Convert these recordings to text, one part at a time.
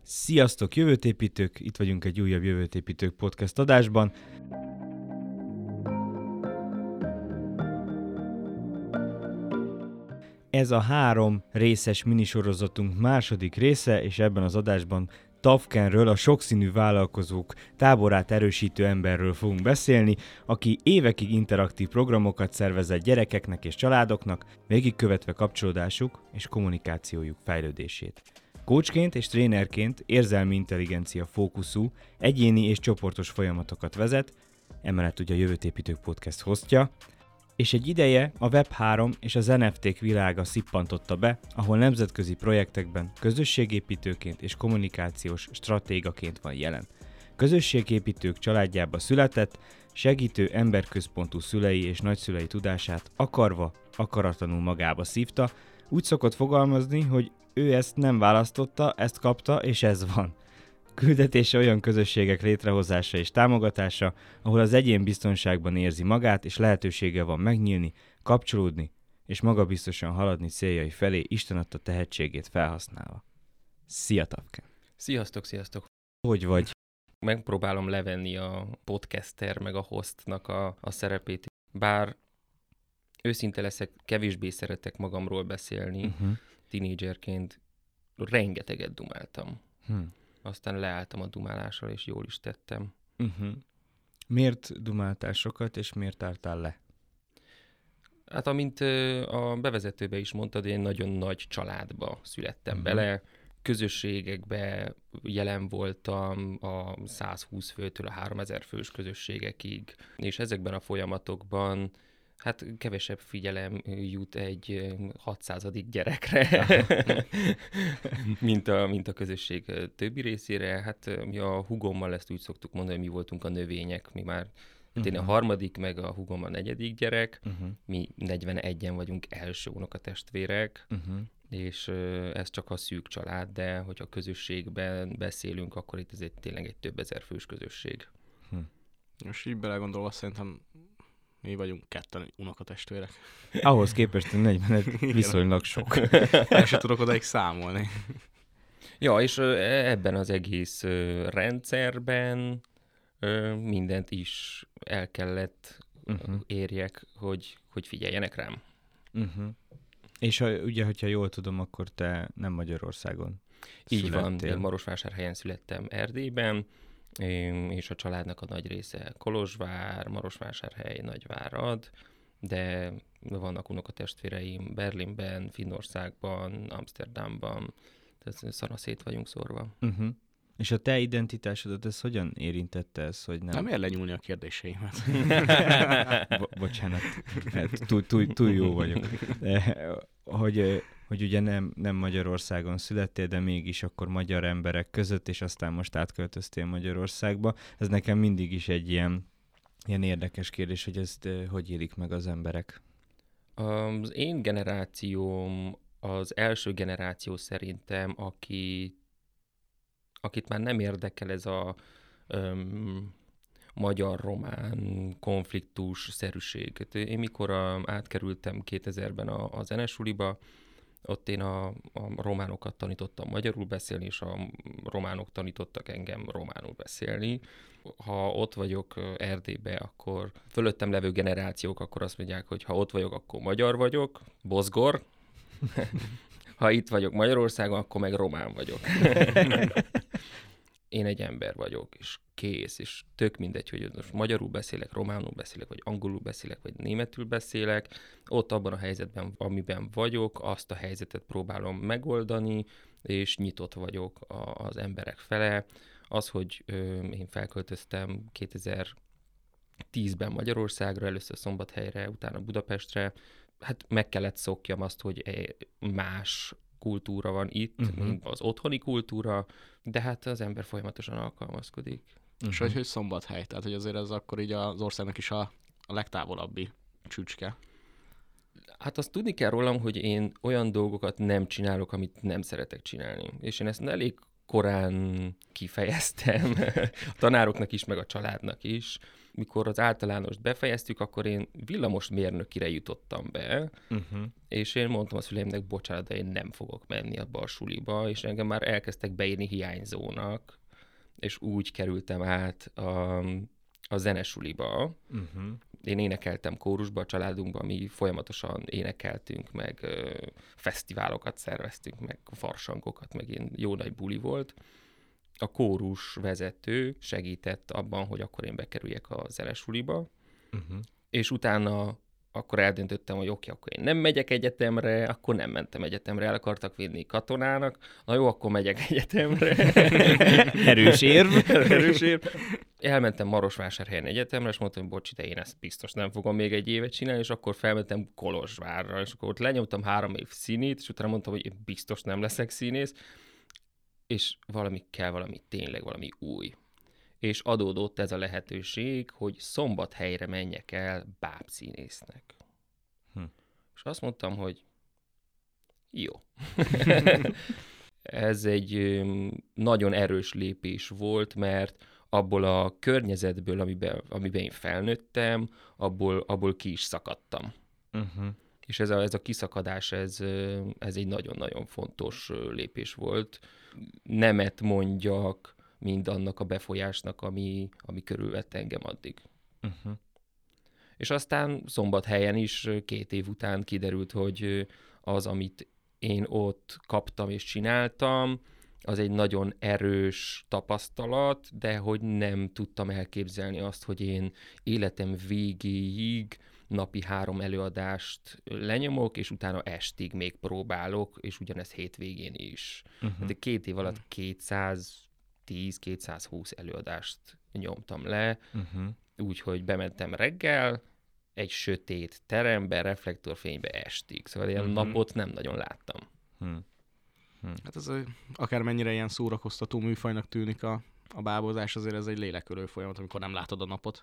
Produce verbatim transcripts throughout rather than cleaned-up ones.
Sziasztok, jövőtépítők! Itt vagyunk egy újabb Jövőtépítők podcast adásban. Ez a három részes minisorozatunk második része, és ebben az adásban Tavkenről, a sokszínű vállalkozók táborát erősítő emberről fogunk beszélni, aki évekig interaktív programokat szervezett gyerekeknek és családoknak, végigkövetve kapcsolódásuk és kommunikációjuk fejlődését. Coachként és trénerként érzelmi intelligencia fókuszú, egyéni és csoportos folyamatokat vezet, emellett ugye a Jövőtépítők podcast hostja, és egy ideje a web három és az en ef té-k világa szippantotta be, ahol nemzetközi projektekben közösségépítőként és kommunikációs stratégaként van jelen. Közösségépítők családjába született, segítő emberközpontú szülei és nagyszülei tudását akarva, akaratlanul magába szívta, úgy szokott fogalmazni, hogy ő ezt nem választotta, ezt kapta, és ez van. Küldetése olyan közösségek létrehozása és támogatása, ahol az egyén biztonságban érzi magát, és lehetősége van megnyílni, kapcsolódni, és magabiztosan haladni céljai felé Isten adta tehetségét felhasználva. Szia, Tavken! Sziasztok, sziasztok! Hogy vagy? Megpróbálom levenni a podcaster meg a hostnak a, a szerepét, bár őszinte leszek, kevésbé szeretek magamról beszélni. Uh-huh. Tínédzserként rengeteget dumáltam. Hmm. Aztán leálltam a dumálással, és jól is tettem. Uh-huh. Miért dumáltál sokat, és miért álltál le? Hát amint a bevezetőbe is mondtad, én nagyon nagy családba születtem uh-huh. bele. Közösségekbe jelen voltam a százhúsz főtől a háromezer fős közösségekig, és ezekben a folyamatokban hát kevesebb figyelem jut egy hatszázadik gyerekre, mint, a, mint a közösség többi részére. Hát mi a hugommal ezt úgy szoktuk mondani, hogy mi voltunk a növények, mi már uh-huh. én a harmadik, meg a hugom a negyedik gyerek, uh-huh. mi negyvenegyen vagyunk első unokatestvérek, uh-huh. és ez csak a szűk család, de hogyha a közösségben beszélünk, akkor itt ez egy, tényleg egy több ezer fős közösség. Hm. Most így belegondolva szerintem mi vagyunk ketten unokatestvérek. Ahhoz képest negyven viszonylag sok. El sem tudok odaig számolni. Ja, és ebben az egész rendszerben mindent is el kellett uh-huh. érjek, hogy, hogy figyeljenek rám. Uh-huh. És ha, ugye, hogyha jól tudom, akkor te nem Magyarországon Így születtél. van, én Marosvásárhelyen születtem Erdélyben, és a családnak a nagy része Kolozsvár, Marosvásárhely, Nagyvárad, de vannak unokatestvéreim Berlinben, Finnországban, Amsterdamban, tehát szana szét vagyunk szórva. Uh-huh. És a te identitásodat ez hogyan érintette ez, hogy nem? Nem ér lenyúlni a kérdéseimet. Bo- bocsánat, túl, túl, túl jó vagyok. De, hogy, hogy ugye nem, nem Magyarországon születtél, de mégis akkor magyar emberek között, és aztán most átköltöztél Magyarországba. Ez nekem mindig is egy ilyen, ilyen érdekes kérdés, hogy ezt hogy élik meg az emberek. Az én generációm az első generáció szerintem, aki akit már nem érdekel ez a öm, magyar-román konfliktus-szerűség. Én mikor a, átkerültem kétezerben a, a zenesuliba, ott én a, a románokat tanítottam magyarul beszélni, és a románok tanítottak engem románul beszélni. Ha ott vagyok Erdélybe, akkor fölöttem levő generációk akkor azt mondják, hogy ha ott vagyok, akkor magyar vagyok, bozgor. Ha itt vagyok Magyarországon, akkor meg román vagyok. Én egy ember vagyok, és kész, és tök mindegy, hogy most magyarul beszélek, románul beszélek, vagy angolul beszélek, vagy németül beszélek. Ott abban a helyzetben, amiben vagyok, azt a helyzetet próbálom megoldani, és nyitott vagyok az emberek fele. Az, hogy ö, én felköltöztem kétezer-tízben Magyarországra, először Szombathelyre, utána Budapestre, hát meg kellett szokjam azt, hogy más kultúra van itt, uh-huh. mint az otthoni kultúra, de hát az ember folyamatosan alkalmazkodik. Uh-huh. És hogy, hogy Szombathely, tehát hogy azért ez akkor így az országnak is a, a legtávolabbi csücske. Hát azt tudni kell rólam, hogy én olyan dolgokat nem csinálok, amit nem szeretek csinálni. És én ezt elég korán kifejeztem a tanároknak is, meg a családnak is. mikor az általánost befejeztük, akkor én villamosmérnökire jutottam be, uh-huh. és én mondtam a szüleimnek, bocsánat, de én nem fogok menni abba a suliba, és engem már elkezdtek beírni hiányzónak, és úgy kerültem át a, a zenesuliba. Uh-huh. Én énekeltem kórusba a családunkban, mi folyamatosan énekeltünk, meg ö, fesztiválokat szerveztünk, meg farsangokat, meg ilyen jó nagy buli volt. A kórus vezető segített abban, hogy akkor én bekerüljek a zenesuliba, uh-huh. és utána akkor eldöntöttem, hogy oké, akkor én nem megyek egyetemre, akkor nem mentem egyetemre, el akartak vinni katonának, na jó, akkor megyek egyetemre. Erős érv. Erős érv. Elmentem Marosvásárhelyen egyetemre, és mondtam, hogy bocsi, de én ezt biztos nem fogom még egy évet csinálni, és akkor felmentem Kolozsvárra, és akkor ott lenyomtam három év színét, és utána mondtam, hogy én biztos nem leszek színész, és valami kell, valami tényleg valami új. És adódott ez a lehetőség, hogy Szombathelyre menjek el bábszínésznek. Hm. És azt mondtam, hogy jó. Ez egy nagyon erős lépés volt, mert abból a környezetből, amiben, amiben én felnőttem, abból, abból ki is szakadtam. Uh-huh. És ez a, ez a kiszakadás, ez, ez egy nagyon-nagyon fontos lépés volt. Nemet mondjak mindannak a befolyásnak, ami, ami körülvett engem addig. Uh-huh. És aztán Szombathelyen is két év után kiderült, hogy az, amit én ott kaptam és csináltam, az egy nagyon erős tapasztalat, de hogy nem tudtam elképzelni azt, hogy én életem végéig napi három előadást lenyomok, és utána estig még próbálok, és ugyanezt hétvégén is. Uh-huh. De két év alatt kétszáztíz-kétszázhúsz előadást nyomtam le, uh-huh. úgyhogy bementem reggel, egy sötét terembe, reflektorfénybe estig. Szóval ilyen uh-huh. napot nem nagyon láttam. Hmm. Hmm. Hát ez akármennyire ilyen szórakoztató műfajnak tűnik a, a bábozás, azért ez egy lélekölő folyamat, amikor nem látod a napot.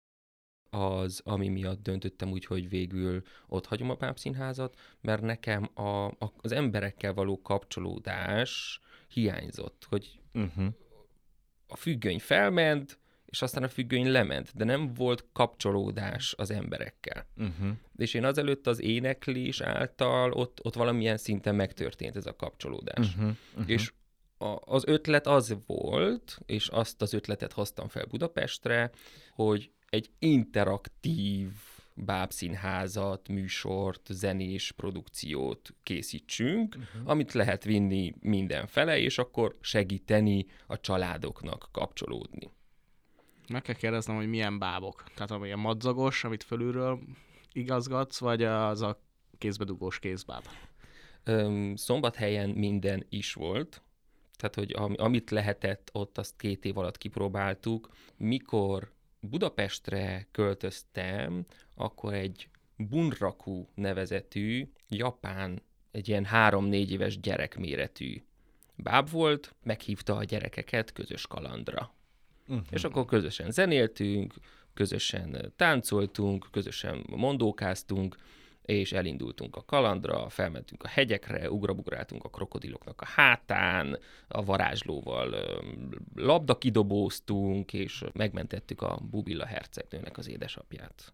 Az, ami miatt döntöttem úgy, hogy végül ott hagyom a bábszínházat, mert nekem a, a, az emberekkel való kapcsolódás hiányzott, hogy uh-huh. a függöny felment, és aztán a függöny lement, de nem volt kapcsolódás az emberekkel. Uh-huh. És én azelőtt az éneklés által ott, ott valamilyen szinten megtörtént ez a kapcsolódás. Uh-huh. Uh-huh. És a, az ötlet az volt, és azt az ötletet hoztam fel Budapestre, hogy egy interaktív bábszínházat, műsort, zenés produkciót készítsünk, uh-huh. amit lehet vinni mindenfele, és akkor segíteni a családoknak kapcsolódni. Meg kell kérdeznem, hogy milyen bábok. Tehát amilyen madzagos, amit fölülről igazgatsz, vagy az a kézbedugós kézbáb? Öm, Szombathelyen minden is volt. Tehát, hogy am, amit lehetett, ott azt két év alatt kipróbáltuk. Mikor Budapestre költöztem, akkor egy bunraku nevezetű, japán, egy ilyen három-négy éves gyerekméretű báb volt, meghívta a gyerekeket közös kalandra. Uh-huh. És akkor közösen zenéltünk, közösen táncoltunk, közösen mondókáztunk, és elindultunk a kalandra, felmentünk a hegyekre, ugrabugráltunk a krokodiloknak a hátán, a varázslóval labdakidobóztunk, és megmentettük a Bubilla hercegnőnek az édesapját.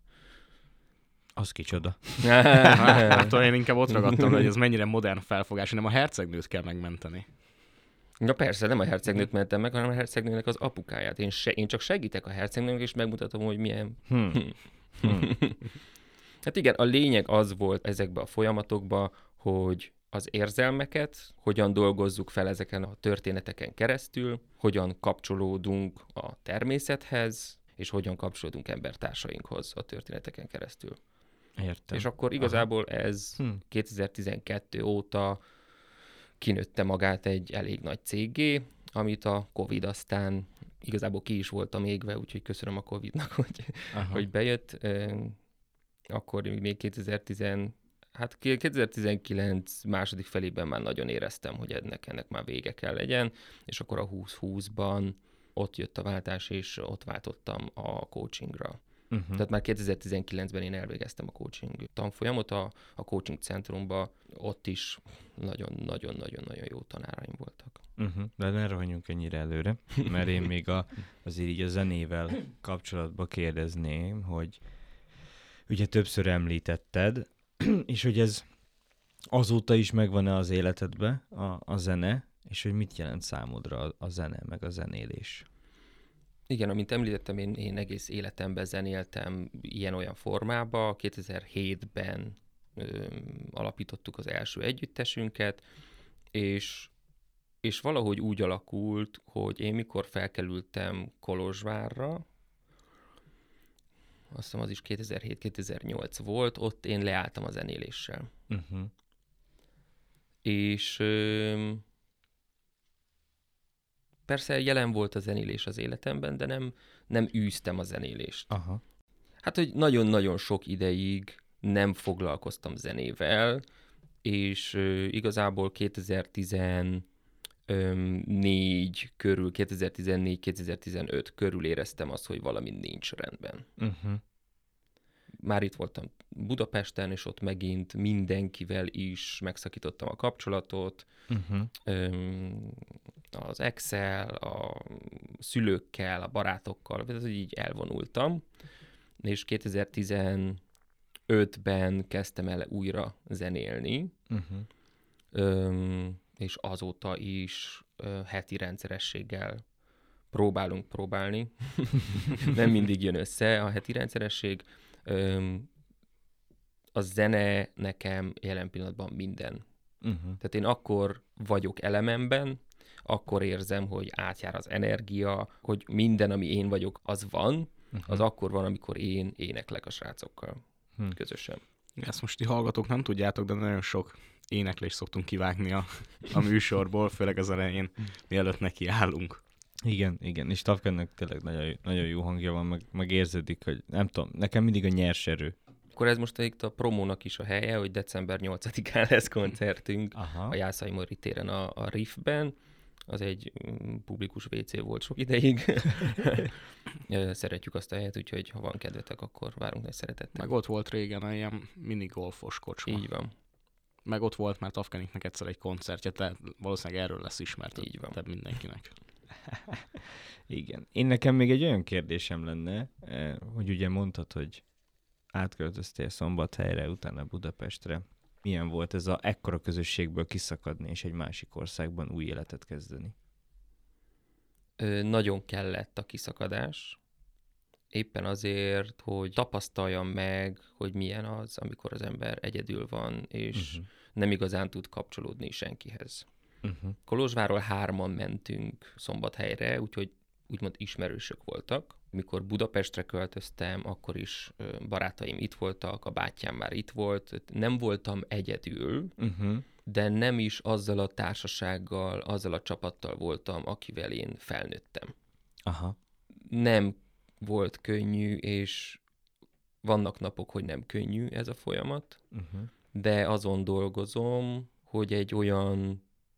Az kicsoda. Hát én inkább ott ragadtam, hogy ez mennyire modern felfogás, nem a hercegnőt kell megmenteni. Na persze, nem a hercegnőt mentem meg, hanem a hercegnőnek az apukáját. Én, se, én csak segítek a hercegnőnek, és megmutatom, hogy milyen... Hmm. Hmm. Hát igen, a lényeg az volt ezekben a folyamatokban, hogy az érzelmeket hogyan dolgozzuk fel ezeken a történeteken keresztül, hogyan kapcsolódunk a természethez, és hogyan kapcsolódunk embertársainkhoz a történeteken keresztül. Értem. És akkor igazából Aha. ez hmm. kétezer-tizenkettő óta kinőtte magát egy elég nagy céggé, amit a Covid aztán igazából ki is voltam égve, úgyhogy köszönöm a Covidnak, hogy, hogy bejött. Akkor még kétezer-tíz, hát kétezer-tizenkilenc második felében már nagyon éreztem, hogy ennek, ennek már vége kell legyen, és akkor a húsz húszban ott jött a váltás, és ott váltottam a coachingra. Uh-huh. Tehát már kétezer-tizenkilencben én elvégeztem a coaching tanfolyamot a, a coaching centrumban, ott is nagyon-nagyon-nagyon-nagyon jó tanáraim voltak. Uh-huh. De ne rohanjunk ennyire előre, mert én még a, azért így a zenével kapcsolatban kérdezném, hogy ugye többször említetted, és hogy ez azóta is megvan-e az életedben a, a zene, és hogy mit jelent számodra a, a zene, meg a zenélés? Igen, amint említettem, én, én egész életemben zenéltem ilyen-olyan formába. kétezer-hétben ö, alapítottuk az első együttesünket, és, és valahogy úgy alakult, hogy én mikor felkerültem Kolozsvárra, azt hiszem az is kétezer-hét-kétezer-nyolc volt, ott én leálltam a zenéléssel. Uh-huh. És ö, persze jelen volt a zenélés az életemben, de nem, nem űztem a zenélést. Aha. Hát, hogy nagyon-nagyon sok ideig nem foglalkoztam zenével, és ö, igazából kétezer-tizennégy körül, kétezer-tizennégy-kétezer-tizenöt körül éreztem azt, hogy valami nincs rendben. Uh-huh. Már itt voltam Budapesten, és ott megint mindenkivel is megszakítottam a kapcsolatot. Uh-huh. Öm, az ex-el, a szülőkkel, a barátokkal, ez így elvonultam. És kétezer-tizenötben kezdtem el újra zenélni, uh-huh. Öm, és azóta is ö, heti rendszerességgel próbálunk próbálni. Nem mindig jön össze a heti rendszeresség. Öm, a zene nekem jelen pillanatban minden. Uh-huh. Tehát én akkor vagyok elememben, akkor érzem, hogy átjár az energia, hogy minden, ami én vagyok, az van, uh-huh. az akkor van, amikor én éneklek a srácokkal uh-huh. közösen. Ezt most ti hallgatók nem tudjátok, de nagyon sok éneklést szoktunk kivágni a, a műsorból, főleg az elején, mielőtt neki állunk. Igen, igen, és Tafkennek tényleg nagyon, nagyon jó hangja van, meg, meg érződik, hogy nem tudom, nekem mindig a nyers erő. Akkor ez most itt a promónak is a helye, hogy december nyolcadikán lesz koncertünk Aha. a Jászai Mori téren a, a Riffben. Az egy publikus vé cé volt sok ideig. Szeretjük azt a helyet, úgyhogy ha van kedvetek, akkor várunk nagy szeretettel. Meg ott volt régen a ilyen minigolfos kocsma. Így van. Meg ott volt már Tafkeniknek egyszer egy koncertje, tehát valószínűleg erről lesz ismert. Így van. Tehát mindenkinek. Igen. Én nekem még egy olyan kérdésem lenne, hogy ugye mondtad, hogy átköltöztél Szombathelyre, utána Budapestre. Milyen volt ez a ekkora közösségből kiszakadni, és egy másik országban új életet kezdeni? Ö, nagyon kellett a kiszakadás. Éppen azért, hogy tapasztaljam meg, hogy milyen az, amikor az ember egyedül van, és uh-huh. nem igazán tud kapcsolódni senkihez. Uh-huh. Kolozsvárról hárman mentünk Szombathelyre, úgyhogy úgymond ismerősök voltak. Mikor Budapestre költöztem, akkor is barátaim itt voltak, a bátyám már itt volt. Nem voltam egyedül, uh-huh. de nem is azzal a társasággal, azzal a csapattal voltam, akivel én felnőttem. Aha. Nem volt könnyű, és vannak napok, hogy nem könnyű ez a folyamat, uh-huh. de azon dolgozom, hogy egy olyan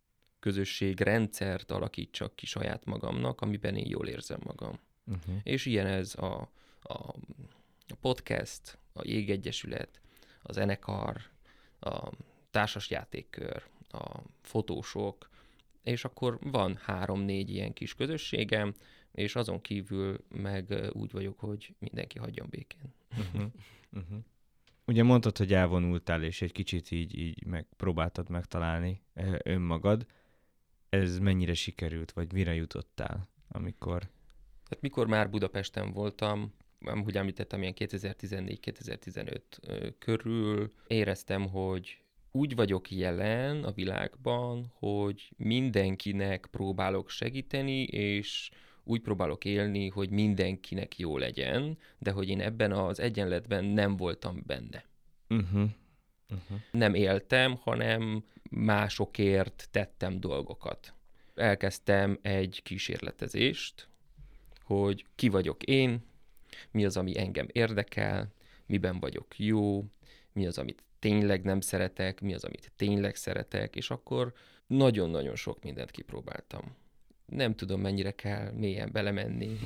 közösségrendszert alakítsak ki saját magamnak, amiben én jól érzem magam. Uh-huh. És ilyen ez a, a, a podcast, a Jégegyesület, a zenekar, a társasjátékkör, a fotósok, és akkor van három-négy ilyen kis közösségem, és azon kívül meg úgy vagyok, hogy mindenki hagyjon békén. Uh-huh. Uh-huh. Ugye mondtad, hogy elvonultál, és egy kicsit így, így megpróbáltad megtalálni önmagad. Ez mennyire sikerült, vagy mire jutottál, amikor... Tehát mikor már Budapesten voltam, amúgy említettem, ilyen kétezer-tizennégy-kétezer-tizenöt körül, éreztem, hogy úgy vagyok jelen a világban, hogy mindenkinek próbálok segíteni, és úgy próbálok élni, hogy mindenkinek jó legyen, de hogy én ebben az egyenletben nem voltam benne. Uh-huh. Uh-huh. Nem éltem, hanem másokért tettem dolgokat. Elkezdtem egy kísérletezést, hogy ki vagyok én, mi az, ami engem érdekel, miben vagyok jó, mi az, amit tényleg nem szeretek, mi az, amit tényleg szeretek, és akkor nagyon-nagyon sok mindent kipróbáltam. nem tudom, mennyire kell mélyen belemenni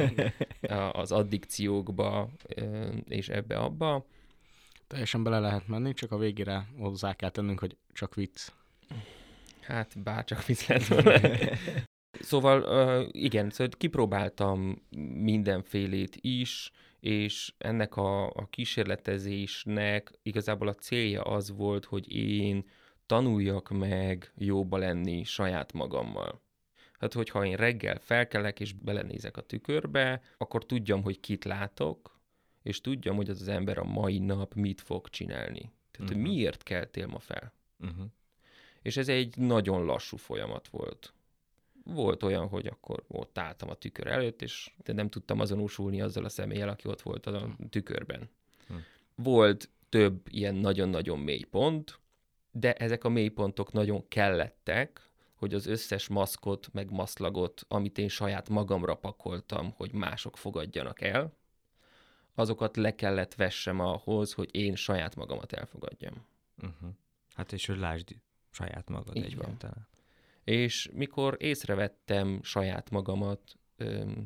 az addikciókba és ebbe-abba. Teljesen bele lehet menni, csak a végére hozzá kell tennünk, hogy csak vicc. Hát bárcsak vicc lett volna. Szóval igen, szóval kipróbáltam mindenfélét is, és ennek a, a kísérletezésnek igazából a célja az volt, hogy én tanuljak meg jóba lenni saját magammal. Hát, hogyha én reggel felkelek és belenézek a tükörbe, akkor tudjam, hogy kit látok, és tudjam, hogy az az ember a mai nap mit fog csinálni. Tehát, uh-huh. hogy miért keltél ma fel. Uh-huh. És ez egy nagyon lassú folyamat volt. Volt olyan, hogy akkor ott álltam a tükör előtt, és nem tudtam azonosulni azzal a személlyel, aki ott volt a tükörben. Uh-huh. Volt több ilyen nagyon-nagyon mély pont, de ezek a mélypontok nagyon kellettek, hogy az összes maszkot, meg maszlagot, amit én saját magamra pakoltam, hogy mások fogadjanak el, azokat le kellett vessem ahhoz, hogy én saját magamat elfogadjam. Uh-huh. Hát és hogy lásd saját magad Így egyáltalán. Van. És mikor észrevettem saját magamat öm,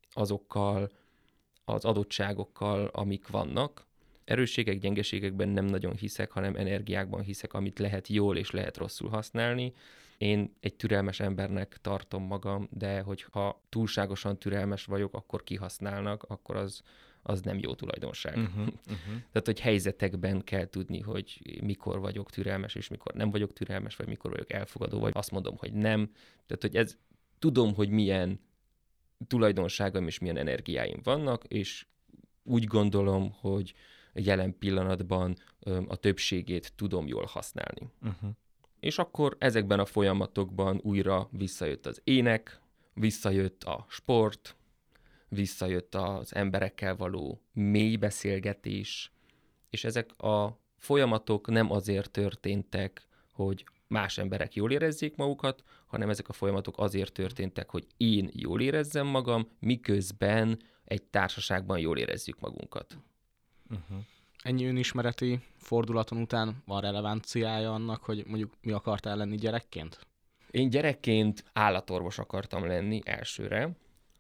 azokkal az adottságokkal, amik vannak, erősségek, gyengeségekben nem nagyon hiszek, hanem energiákban hiszek, amit lehet jól és lehet rosszul használni. Én egy türelmes embernek tartom magam, de hogyha túlságosan türelmes vagyok, akkor kihasználnak, akkor az, az nem jó tulajdonság. Uh-huh, uh-huh. Tehát, hogy helyzetekben kell tudni, hogy mikor vagyok türelmes, és mikor nem vagyok türelmes, vagy mikor vagyok elfogadó, vagy azt mondom, hogy nem. Tehát, hogy ez, tudom, hogy milyen tulajdonságaim és milyen energiáim vannak, és úgy gondolom, hogy jelen pillanatban a többségét tudom jól használni. Uh-huh. És akkor ezekben a folyamatokban újra visszajött az ének, visszajött a sport, visszajött az emberekkel való mély beszélgetés, és ezek a folyamatok nem azért történtek, hogy más emberek jól érezzék magukat, hanem ezek a folyamatok azért történtek, hogy én jól érezzem magam, miközben egy társaságban jól érezzük magunkat. Uh-huh. Ennyi önismereti fordulaton után van relevanciája annak, hogy mondjuk mi akartál lenni gyerekként? Én gyerekként állatorvos akartam lenni elsőre,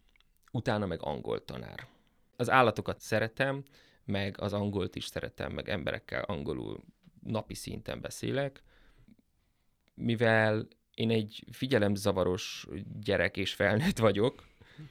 utána meg angol tanár. Az állatokat szeretem, meg az angolt is szeretem, meg emberekkel angolul napi szinten beszélek. Mivel én egy figyelemzavaros gyerek és felnőtt vagyok,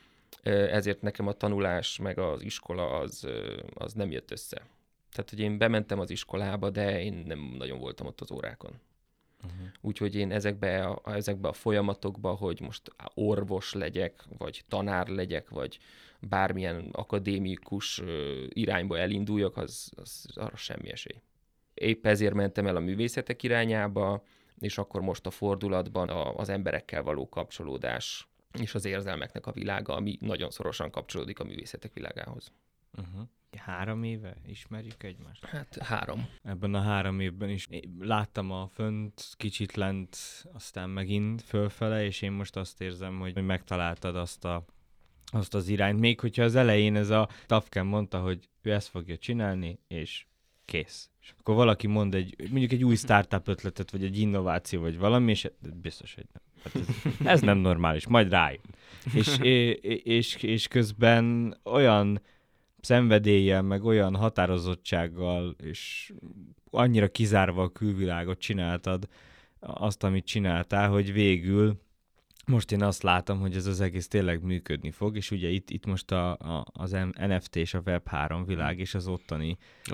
ezért nekem a tanulás meg az iskola az, az nem jött össze. Tehát, hogy én bementem az iskolába, de én nem nagyon voltam ott az órákon. Uh-huh. Úgyhogy én ezekbe a, ezekbe a folyamatokba, hogy most orvos legyek, vagy tanár legyek, vagy bármilyen akadémikus irányba elinduljak, az, az arra semmi esély. Épp ezért mentem el a művészetek irányába, és akkor most a fordulatban a, az emberekkel való kapcsolódás és az érzelmeknek a világa, ami nagyon szorosan kapcsolódik a művészetek világához. Uh-huh. Három éve ismerjük egymást? Hát három. Ebben a három évben is láttam a fönt, kicsit lent, aztán megint fölfele, és én most azt érzem, hogy megtaláltad azt, a, azt az irányt. Még hogyha az elején ez a Tafken mondta, hogy ő ezt fogja csinálni, és kész. És akkor valaki mond egy, mondjuk egy új startup ötletet, vagy egy innováció, vagy valami, és biztos, hogy nem. Hát ez, ez nem normális, majd rájön. És, és, és közben olyan szenvedéllyel, meg olyan határozottsággal, és annyira kizárva a külvilágot csináltad azt, amit csináltál, hogy végül most én azt látom, hogy ez az egész tényleg működni fog, és ugye itt, itt most a, a, az en ef té és a web három világ és az ottani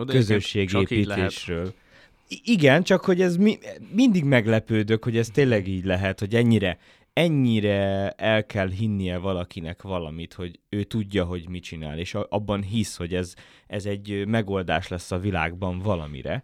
közösségépítésről. Igen, csak hogy ez mi, mindig meglepődök, hogy ez tényleg így lehet, hogy ennyire ennyire el kell hinnie valakinek valamit, hogy ő tudja, hogy mit csinál, és abban hisz, hogy ez, ez egy megoldás lesz a világban valamire,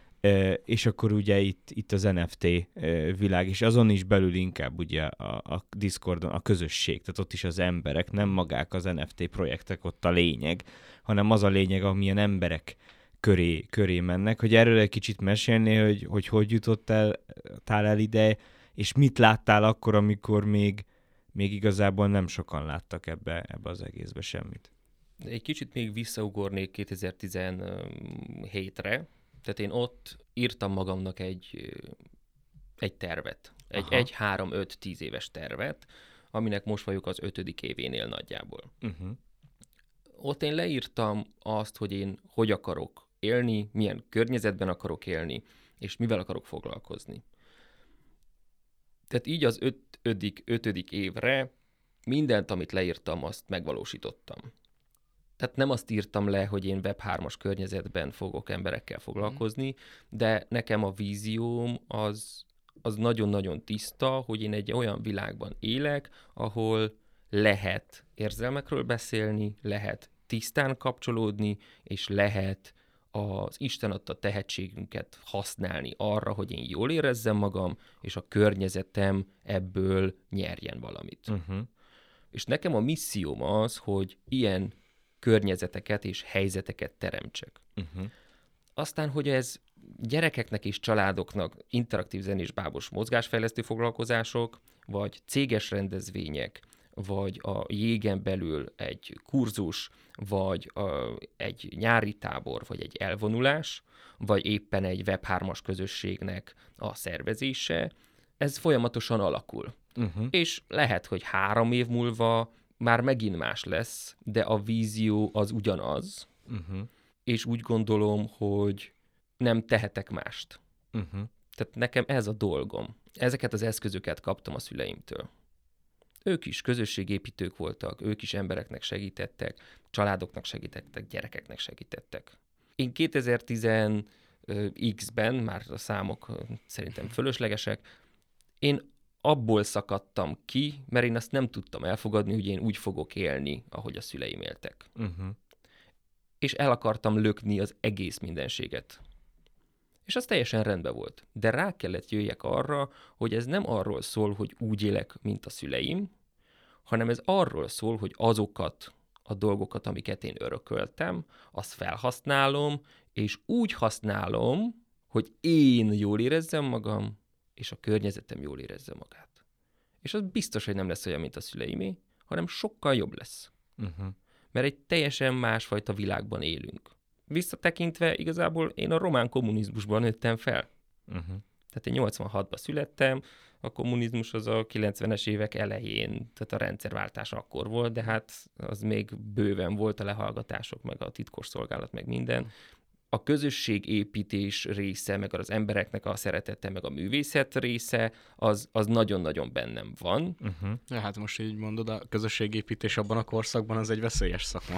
és akkor ugye itt, itt az en ef té világ, és azon is belül inkább ugye a, a Discordon a közösség, tehát ott is az emberek, nem magák az en ef té projektek ott a lényeg, hanem az a lényeg, amilyen emberek köré, köré mennek, hogy erről egy kicsit mesélni, hogy hogy, hogy jutottál el ide, és mit láttál akkor, amikor még, még igazából nem sokan láttak ebbe, ebbe az egészbe semmit? Egy kicsit még visszaugornék kétezer-tizenhétre. Tehát én ott írtam magamnak egy, egy tervet. Egy, egy három-öt-tíz éves tervet, aminek most vagyok az ötödik événél nagyjából. Uh-huh. Ott én leírtam azt, hogy én hogy akarok élni, milyen környezetben akarok élni, és mivel akarok foglalkozni. Tehát így az ötödik, ötödik évre mindent, amit leírtam, azt megvalósítottam. Tehát nem azt írtam le, hogy én web hármas környezetben fogok emberekkel foglalkozni, mm. de nekem a vízióm az, az nagyon-nagyon tiszta, hogy én egy olyan világban élek, ahol lehet érzelmekről beszélni, lehet tisztán kapcsolódni, és lehet az Isten adta tehetségünket használni arra, hogy én jól érezzem magam, és a környezetem ebből nyerjen valamit. Uh-huh. És nekem a misszióm az, hogy ilyen környezeteket és helyzeteket teremtsek. Uh-huh. Aztán, hogy ez gyerekeknek és családoknak interaktív zenés bábos mozgásfejlesztő foglalkozások, vagy céges rendezvények, vagy a jégen belül egy kurzus, vagy a, egy nyári tábor, vagy egy elvonulás, vagy éppen egy web hármas közösségnek a szervezése, ez folyamatosan alakul. Uh-huh. És lehet, hogy három év múlva már megint más lesz, de a vízió az ugyanaz, uh-huh. és úgy gondolom, hogy nem tehetek mást. Uh-huh. Tehát nekem ez a dolgom. Ezeket az eszközöket kaptam a szüleimtől. Ők is közösségépítők voltak, ők is embereknek segítettek, családoknak segítettek, gyerekeknek segítettek. Én kétezer-tíz X-ben, már a számok szerintem fölöslegesek, én abból szakadtam ki, mert én azt nem tudtam elfogadni, hogy én úgy fogok élni, ahogy a szüleim éltek. Uh-huh. És el akartam lökni az egész mindenséget. És az teljesen rendben volt. De rá kellett jöjjek arra, hogy ez nem arról szól, hogy úgy élek, mint a szüleim, hanem ez arról szól, hogy azokat a dolgokat, amiket én örököltem, azt felhasználom, és úgy használom, hogy én jól érezzem magam, és a környezetem jól érezze magát. És az biztos, hogy nem lesz olyan, mint a szüleimé, hanem sokkal jobb lesz. Uh-huh. Mert egy teljesen másfajta világban élünk. Visszatekintve igazából én a román kommunizmusban nőttem fel. Uh-huh. Tehát én nyolcvanhatban születtem, a kommunizmus az a kilencvenes évek elején, tehát a rendszerváltás akkor volt, de hát az még bőven volt a lehallgatások, meg a titkosszolgálat, meg minden. A közösségépítés része, meg az embereknek a szeretete, meg a művészet része, az, az nagyon-nagyon bennem van. Uh-huh. Ja, hát most így mondod, a közösségépítés abban a korszakban az egy veszélyes szakma.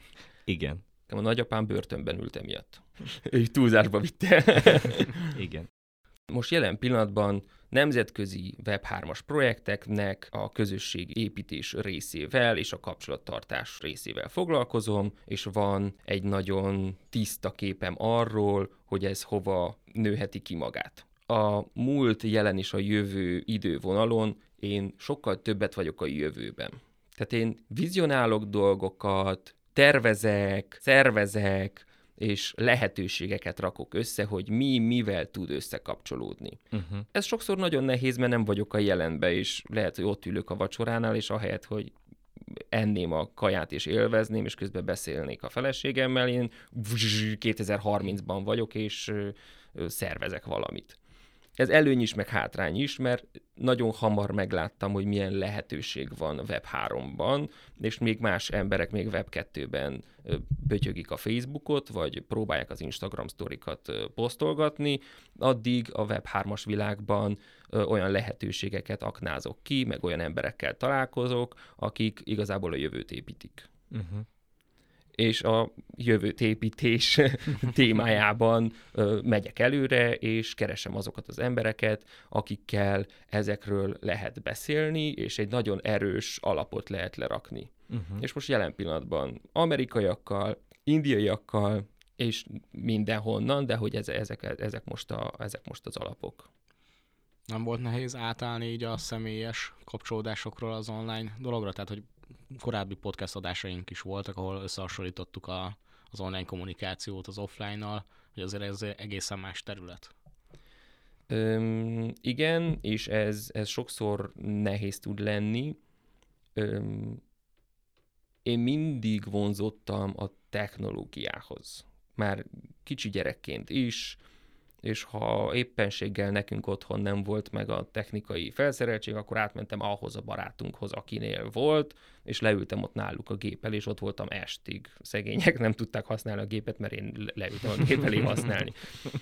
Igen. A nagyapám börtönben ült emiatt. Ő túlzásba vitte. Igen. Most jelen pillanatban nemzetközi web hármas projekteknek a közösségépítés részével és a kapcsolattartás részével foglalkozom, és van egy nagyon tiszta képem arról, hogy ez hova nőheti ki magát. A múlt, jelen és a jövő idővonalon én sokkal többet vagyok a jövőben. Tehát én vizionálok dolgokat, tervezek, szervezek, és lehetőségeket rakok össze, hogy mi mivel tud összekapcsolódni. Uh-huh. Ez sokszor nagyon nehéz, mert nem vagyok a jelenbe, és lehet, hogy ott ülök a vacsoránál, és ahelyett, hogy enném a kaját és élvezném, és közben beszélnék a feleségemmel, én kétezer-harmincban vagyok, és szervezek valamit. Ez előny is, meg hátrány is, mert nagyon hamar megláttam, hogy milyen lehetőség van web háromban, és még más emberek még web kettőben bötyögik a Facebookot, vagy próbálják az Instagram sztorikat posztolgatni, addig a web hármas világban olyan lehetőségeket aknázok ki, meg olyan emberekkel találkozok, akik igazából a jövőt építik. Uh-huh. És a jövőt építés témájában ö, megyek előre, és keresem azokat az embereket, akikkel ezekről lehet beszélni, és egy nagyon erős alapot lehet lerakni. Uh-huh. És most jelen pillanatban amerikaiakkal, indiaiakkal, és mindenhonnan, de hogy ezek, ezek, most, a, ezek most az alapok. Nem volt nehéz átállni így a személyes kapcsolódásokról az online dologra? Tehát, hogy korábbi podcast adásaink is voltak, ahol összehasonlítottuk a, az online kommunikációt az offline-nal, hogy azért ez egészen más terület. Öm, igen, és ez, ez sokszor nehéz tud lenni. Öm, én mindig vonzottam a technológiához. Már kicsi gyerekként is, és ha éppenséggel nekünk otthon nem volt meg a technikai felszereltség, akkor átmentem ahhoz a barátunkhoz, akinél volt, és leültem ott náluk a gép elé, és ott voltam estig. Szegények nem tudták használni a gépet, mert én leültem a gép elé használni.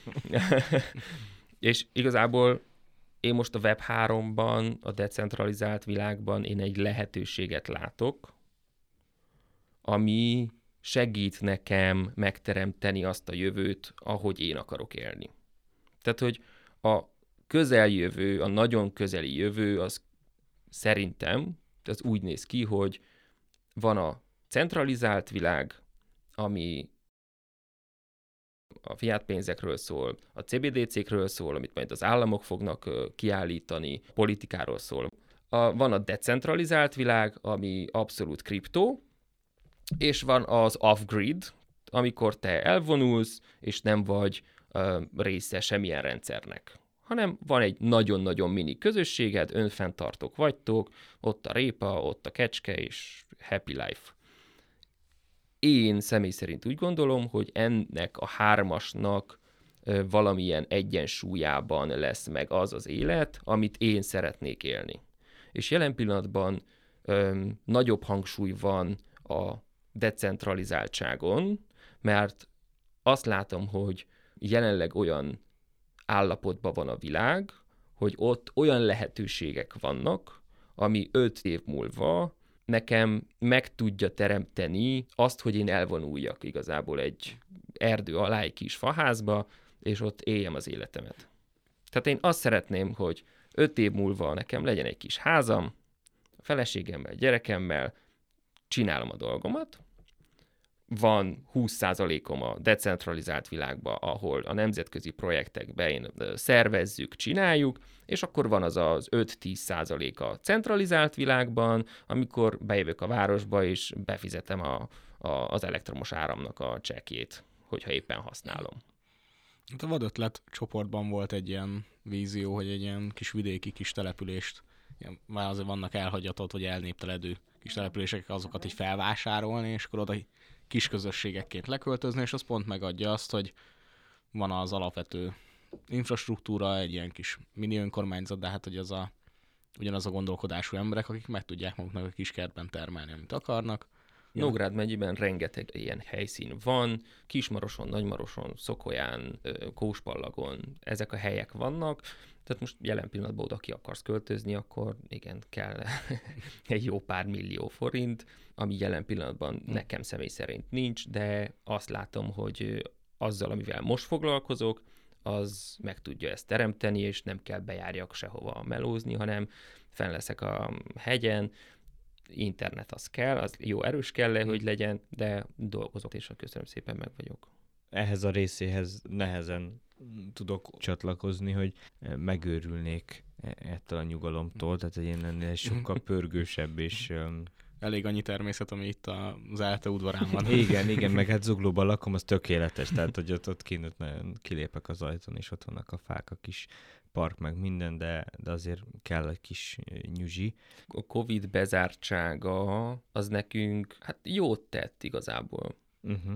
És igazából én most a web háromban, a decentralizált világban én egy lehetőséget látok, ami segít nekem megteremteni azt a jövőt, ahogy én akarok élni. Tehát, hogy a közeljövő, a nagyon közeli jövő, az szerintem az úgy néz ki, hogy van a centralizált világ, ami a fiat pénzekről szól, a cé bé dé cékről szól, amit majd az államok fognak kiállítani, politikáról szól. A, van a decentralizált világ, ami abszolút kriptó, és van az off-grid, amikor te elvonulsz, és nem vagy uh, része semmilyen rendszernek, hanem van egy nagyon-nagyon mini közösséged, önfenntartók vagytok, ott a répa, ott a kecske, és happy life. Én személy szerint úgy gondolom, hogy ennek a hármasnak uh, valamilyen egyensúlyában lesz meg az az élet, amit én szeretnék élni. És jelen pillanatban um, nagyobb hangsúly van a decentralizáltságon, mert azt látom, hogy jelenleg olyan állapotban van a világ, hogy ott olyan lehetőségek vannak, ami öt év múlva nekem meg tudja teremteni azt, hogy én elvonuljak igazából egy erdő alá, egy kis faházba, és ott éljem az életemet. Tehát én azt szeretném, hogy öt év múlva nekem legyen egy kis házam, a feleségemmel, gyerekemmel, csinálom a dolgomat, van húsz százalékom a decentralizált világban, ahol a nemzetközi projektekben én szervezzük, csináljuk, és akkor van az az öt-tíz százalék a centralizált világban, amikor bejövök a városba, és befizetem a, a, az elektromos áramnak a csekkjét, hogyha éppen használom. Hát a vadötlet csoportban volt egy ilyen vízió, hogy egy ilyen kis vidéki kis települést, ilyen, már azért vannak elhagyatott vagy elnépteledő kis települések, azokat így felvásárolni, és akkor oda kis közösségekként leköltözni, és az pont megadja azt, hogy van az alapvető infrastruktúra, egy ilyen kis mini önkormányzat, de hát hogy az a, ugyanaz a gondolkodású emberek, akik meg tudják maguknak a kis kertben termelni, amit akarnak. Nógrád megyében rengeteg ilyen helyszín van, Kismaroson, Nagymaroson, Szokolyán, Kóspallagon, ezek a helyek vannak, tehát most jelen pillanatban oda ki akarsz költözni, akkor igen, kell egy jó pár millió forint, ami jelen pillanatban nekem személy szerint nincs, de azt látom, hogy azzal, amivel most foglalkozok, az meg tudja ezt teremteni, és nem kell bejárjak sehova melózni, hanem fenn leszek a hegyen, internet az kell, az jó erős kell, hogy legyen, de dolgozok, és köszönöm szépen, meg vagyok. Ehhez a részéhez nehezen tudok csatlakozni, hogy megőrülnék ettől a nyugalomtól, tehát én ennél sokkal pörgősebb és... Elég annyi természet, ami itt az Elte udvarán van. Igen, igen, meg hát Zuglóban lakom, az tökéletes, tehát hogy ott, ott kint nagyon kilépek az ajtón, és ott vannak a fák, a kis park, meg minden, de, de azért kell egy kis nyüzsi. A Covid bezártsága az nekünk hát jót tett igazából. Uh-huh.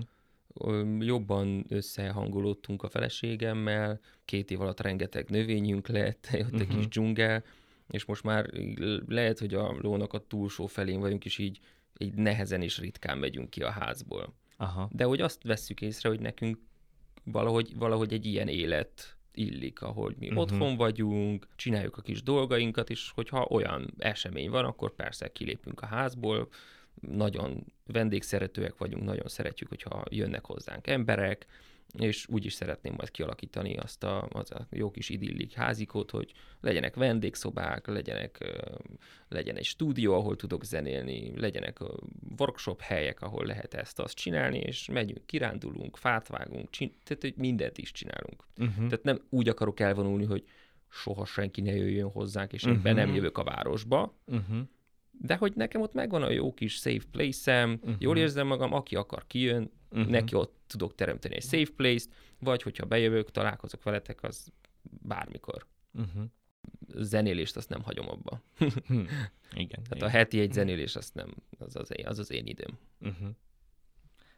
Jobban összehangolódtunk a feleségemmel, két év alatt rengeteg növényünk lett, ott uh-huh. egy kis dzsungel, és most már lehet, hogy a lónak a túlsó felén vagyunk, és így, így nehezen és ritkán megyünk ki a házból. Aha. De hogy azt vesszük észre, hogy nekünk valahogy, valahogy egy ilyen élet illik, ahogy mi uh-huh. otthon vagyunk, csináljuk a kis dolgainkat, és hogyha olyan esemény van, akkor persze kilépünk a házból, nagyon vendégszeretőek vagyunk, nagyon szeretjük, hogyha jönnek hozzánk emberek, és úgy is szeretném majd kialakítani azt a, az a jó kis idillik házikót, hogy legyenek vendégszobák, legyenek, legyen egy stúdió, ahol tudok zenélni, legyenek workshop helyek, ahol lehet ezt-azt csinálni, és megyünk, kirándulunk, fát vágunk, csin- tehát hogy mindent is csinálunk. Uh-huh. Tehát nem úgy akarok elvonulni, hogy soha senki ne jöjjön hozzánk, és uh-huh. én be nem jövök a városba, uh-huh. de hogy nekem ott megvan a jó kis safe place-em, uh-huh. jól érzem magam, aki akar kijön, uh-huh. neki ott tudok teremteni egy safe place-t, vagy hogyha bejövök, találkozok veletek, az bármikor. Uh-huh. Zenélést azt nem hagyom abba. hmm. Igen. Tehát igen. A heti egy zenélés, azt nem, az az én, az, az én időm. Uh-huh.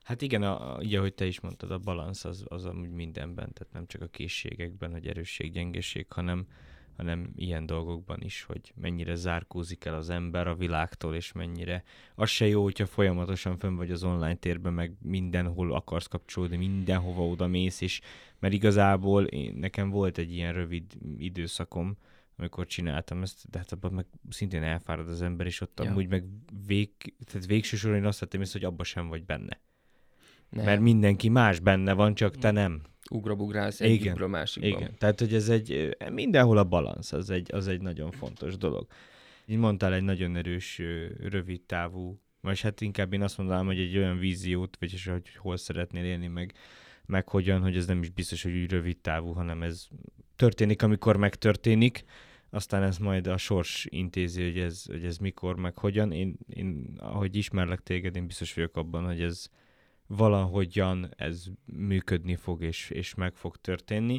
Hát igen, a, így ahogy te is mondtad, a balansz az, az amúgy mindenben, tehát nem csak a készségekben, hogy erősség, gyengeség, hanem, hanem ilyen dolgokban is, hogy mennyire zárkózik el az ember a világtól, és mennyire. Az se jó, hogyha folyamatosan fönn vagy az online térben, meg mindenhol akarsz kapcsolódni, mindenhova oda mész, és mert igazából én, nekem volt egy ilyen rövid időszakom, amikor csináltam ezt, de hát abban meg szintén elfárad az ember, és ott ja. amúgy meg vég, tehát végső soron én azt vettem észre, hogy abba sem vagy benne. Nem. Mert mindenki más benne van, csak te nem. Ugrabugrálsz egyikről másikban. Igen, tehát hogy ez egy, mindenhol a balansz, az egy, az egy nagyon fontos dolog. Így mondtál egy nagyon erős, rövid távú, vagy hát inkább én azt mondanám, hogy egy olyan víziót, vagyis hogy hol szeretnél élni, meg, meg hogyan, hogy ez nem is biztos, hogy úgy rövid távú, hanem ez történik, amikor megtörténik, aztán ez majd a sors intézi, hogy ez, hogy ez mikor, meg hogyan. Én, én, ahogy ismerlek téged, én biztos vagyok abban, hogy ez valahogyan ez működni fog, és, és meg fog történni.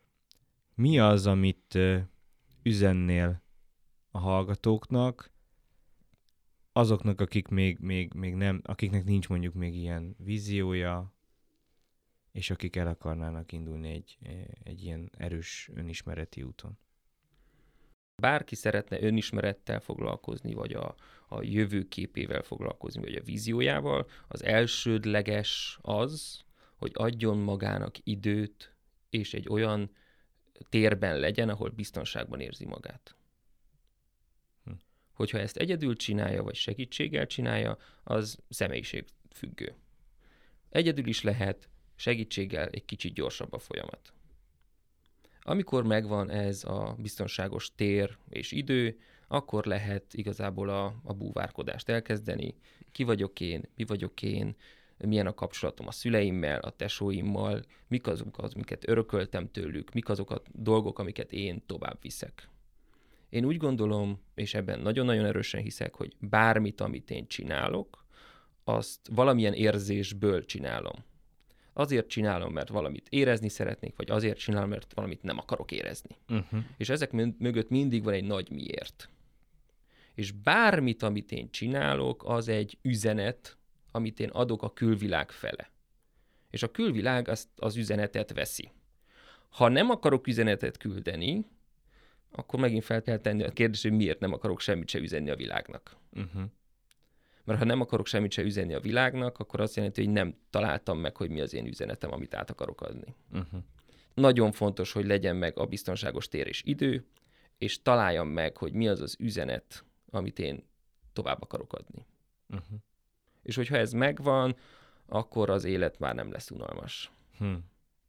Mi az, amit uh, üzennél a hallgatóknak, azoknak, akik még, még, még nem, akiknek nincs mondjuk még ilyen víziója, és akik el akarnának indulni egy, egy ilyen erős önismereti úton? Bárki szeretne önismerettel foglalkozni, vagy a, a jövőképével foglalkozni, vagy a víziójával, az elsődleges az, hogy adjon magának időt, és egy olyan térben legyen, ahol biztonságban érzi magát. Hm. Hogyha ezt egyedül csinálja, vagy segítséggel csinálja, az személyiségfüggő. Egyedül is lehet, segítséggel egy kicsit gyorsabb a folyamat. Amikor megvan ez a biztonságos tér és idő, akkor lehet igazából a, a búvárkodást elkezdeni. Ki vagyok én, mi vagyok én, milyen a kapcsolatom a szüleimmel, a tesóimmal, mik azok az, amiket örököltem tőlük, mik azok a dolgok, amiket én tovább viszek. Én úgy gondolom, és ebben nagyon-nagyon erősen hiszek, hogy bármit, amit én csinálok, azt valamilyen érzésből csinálom. Azért csinálom, mert valamit érezni szeretnék, vagy azért csinálom, mert valamit nem akarok érezni. Uh-huh. És ezek mögött mindig van egy nagy miért. És bármit, amit én csinálok, az egy üzenet, amit én adok a külvilág fele. És a külvilág azt az üzenetet veszi. Ha nem akarok üzenetet küldeni, akkor megint fel kell tenni a kérdést, hogy miért nem akarok semmit se üzenni a világnak. Uh-huh. Mert ha nem akarok semmit se üzenni a világnak, akkor azt jelenti, hogy nem találtam meg, hogy mi az én üzenetem, amit át akarok adni. Uh-huh. Nagyon fontos, hogy legyen meg a biztonságos tér és idő, és találjam meg, hogy mi az az üzenet, amit én tovább akarok adni. Uh-huh. És hogyha ez megvan, akkor az élet már nem lesz unalmas. Hmm.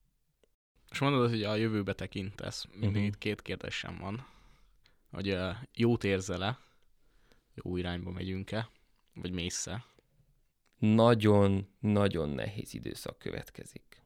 És mondod, hogy a jövőbe tekintesz. Mindig uh-huh. itt két kérdésem van. Hogy uh, jót érzel-e? Jó irányba megyünk-e? Vagy mész-e? Nagyon-nagyon nehéz időszak következik.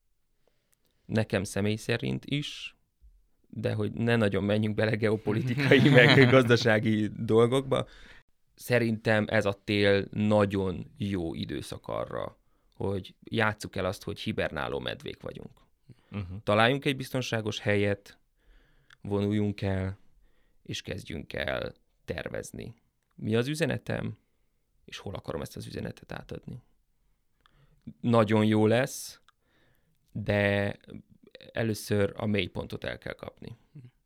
Nekem személy szerint is, de hogy ne nagyon menjünk bele geopolitikai, meg gazdasági dolgokba. Szerintem ez a tél nagyon jó időszak arra, hogy játsszuk el azt, hogy hibernáló medvék vagyunk. Uh-huh. Találjunk egy biztonságos helyet, vonuljunk el, és kezdjünk el tervezni. Mi az üzenetem, és hol akarom ezt az üzenetet átadni. Nagyon jó lesz, de először a mélypontot el kell kapni.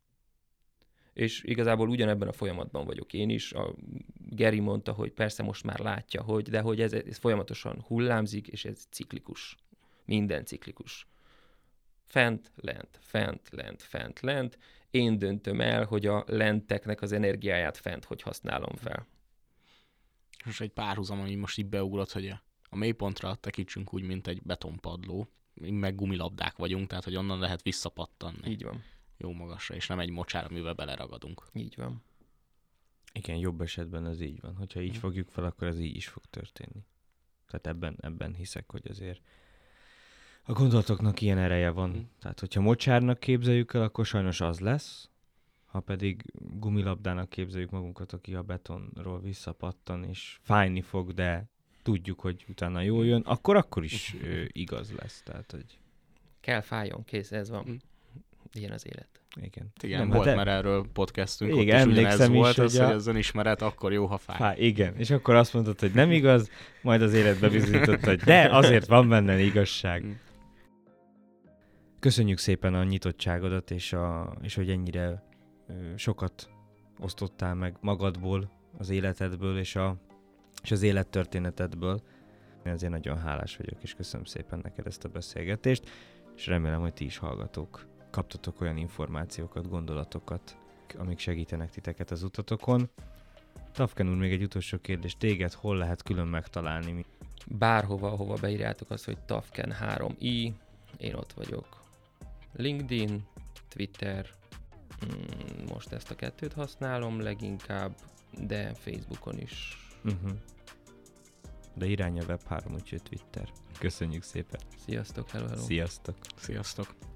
És igazából ugyanebben a folyamatban vagyok én is. A Geri mondta, hogy persze most már látja, hogy, de hogy ez, ez folyamatosan hullámzik, és ez ciklikus. Minden ciklikus. Fent, lent, fent, lent, fent, lent. Én döntöm el, hogy a lenteknek az energiáját fent hogy használom fel. És egy párhuzam, ami most így beugrott, hogy a mélypontra tekintsünk úgy, mint egy betonpadló. Mi meg gumilabdák vagyunk, tehát hogy onnan lehet visszapattanni. Így van. Jó magasra, és nem egy mocsár, amivel beleragadunk. Így van. Igen, jobb esetben ez így van. Hogyha így fogjuk fel, akkor ez így is fog történni. Tehát ebben, ebben hiszek, hogy azért a gondolatoknak ilyen ereje van. Mm. Tehát, hogyha mocsárnak képzeljük el, akkor sajnos az lesz. Ha pedig gumilabdának képzeljük magunkat, aki a betonról visszapattan, és fájni fog, de tudjuk, hogy utána jól jön, akkor akkor is ö, igaz lesz. Tehát, hogy... Kell fájjon, kész, ez van. ilyen az élet. Igen. Igen, Nem, volt hát már erről podcastünk, igen, ott is ugyanez emlékszem is, volt, az, hogy a- hogy az önismeret akkor jó, ha fáj. Há, igen, és akkor azt mondtad, hogy nem igaz, majd az élet bebizonyította, hogy de azért van benne igazság. Mm. Köszönjük szépen a nyitottságodat, és, a, és hogy ennyire ö, sokat osztottál meg magadból, az életedből, és, a, és az élettörténetedből. Én azért nagyon hálás vagyok, és köszönöm szépen neked ezt a beszélgetést, és remélem, hogy ti is hallgatók kaptatok olyan információkat, gondolatokat, amik segítenek titeket az utatokon. Tafken úr, még egy utolsó kérdés. Téged hol lehet külön megtalálni? Bárhova, ahova beírjátok azt, hogy Tafken három i, én ott vagyok. LinkedIn, Twitter, mm, most ezt a kettőt használom leginkább, de Facebookon is. Uh-huh. De irány a web három, úgyhogy Twitter. Köszönjük szépen. Sziasztok, hello, hello. Sziasztok. Sziasztok!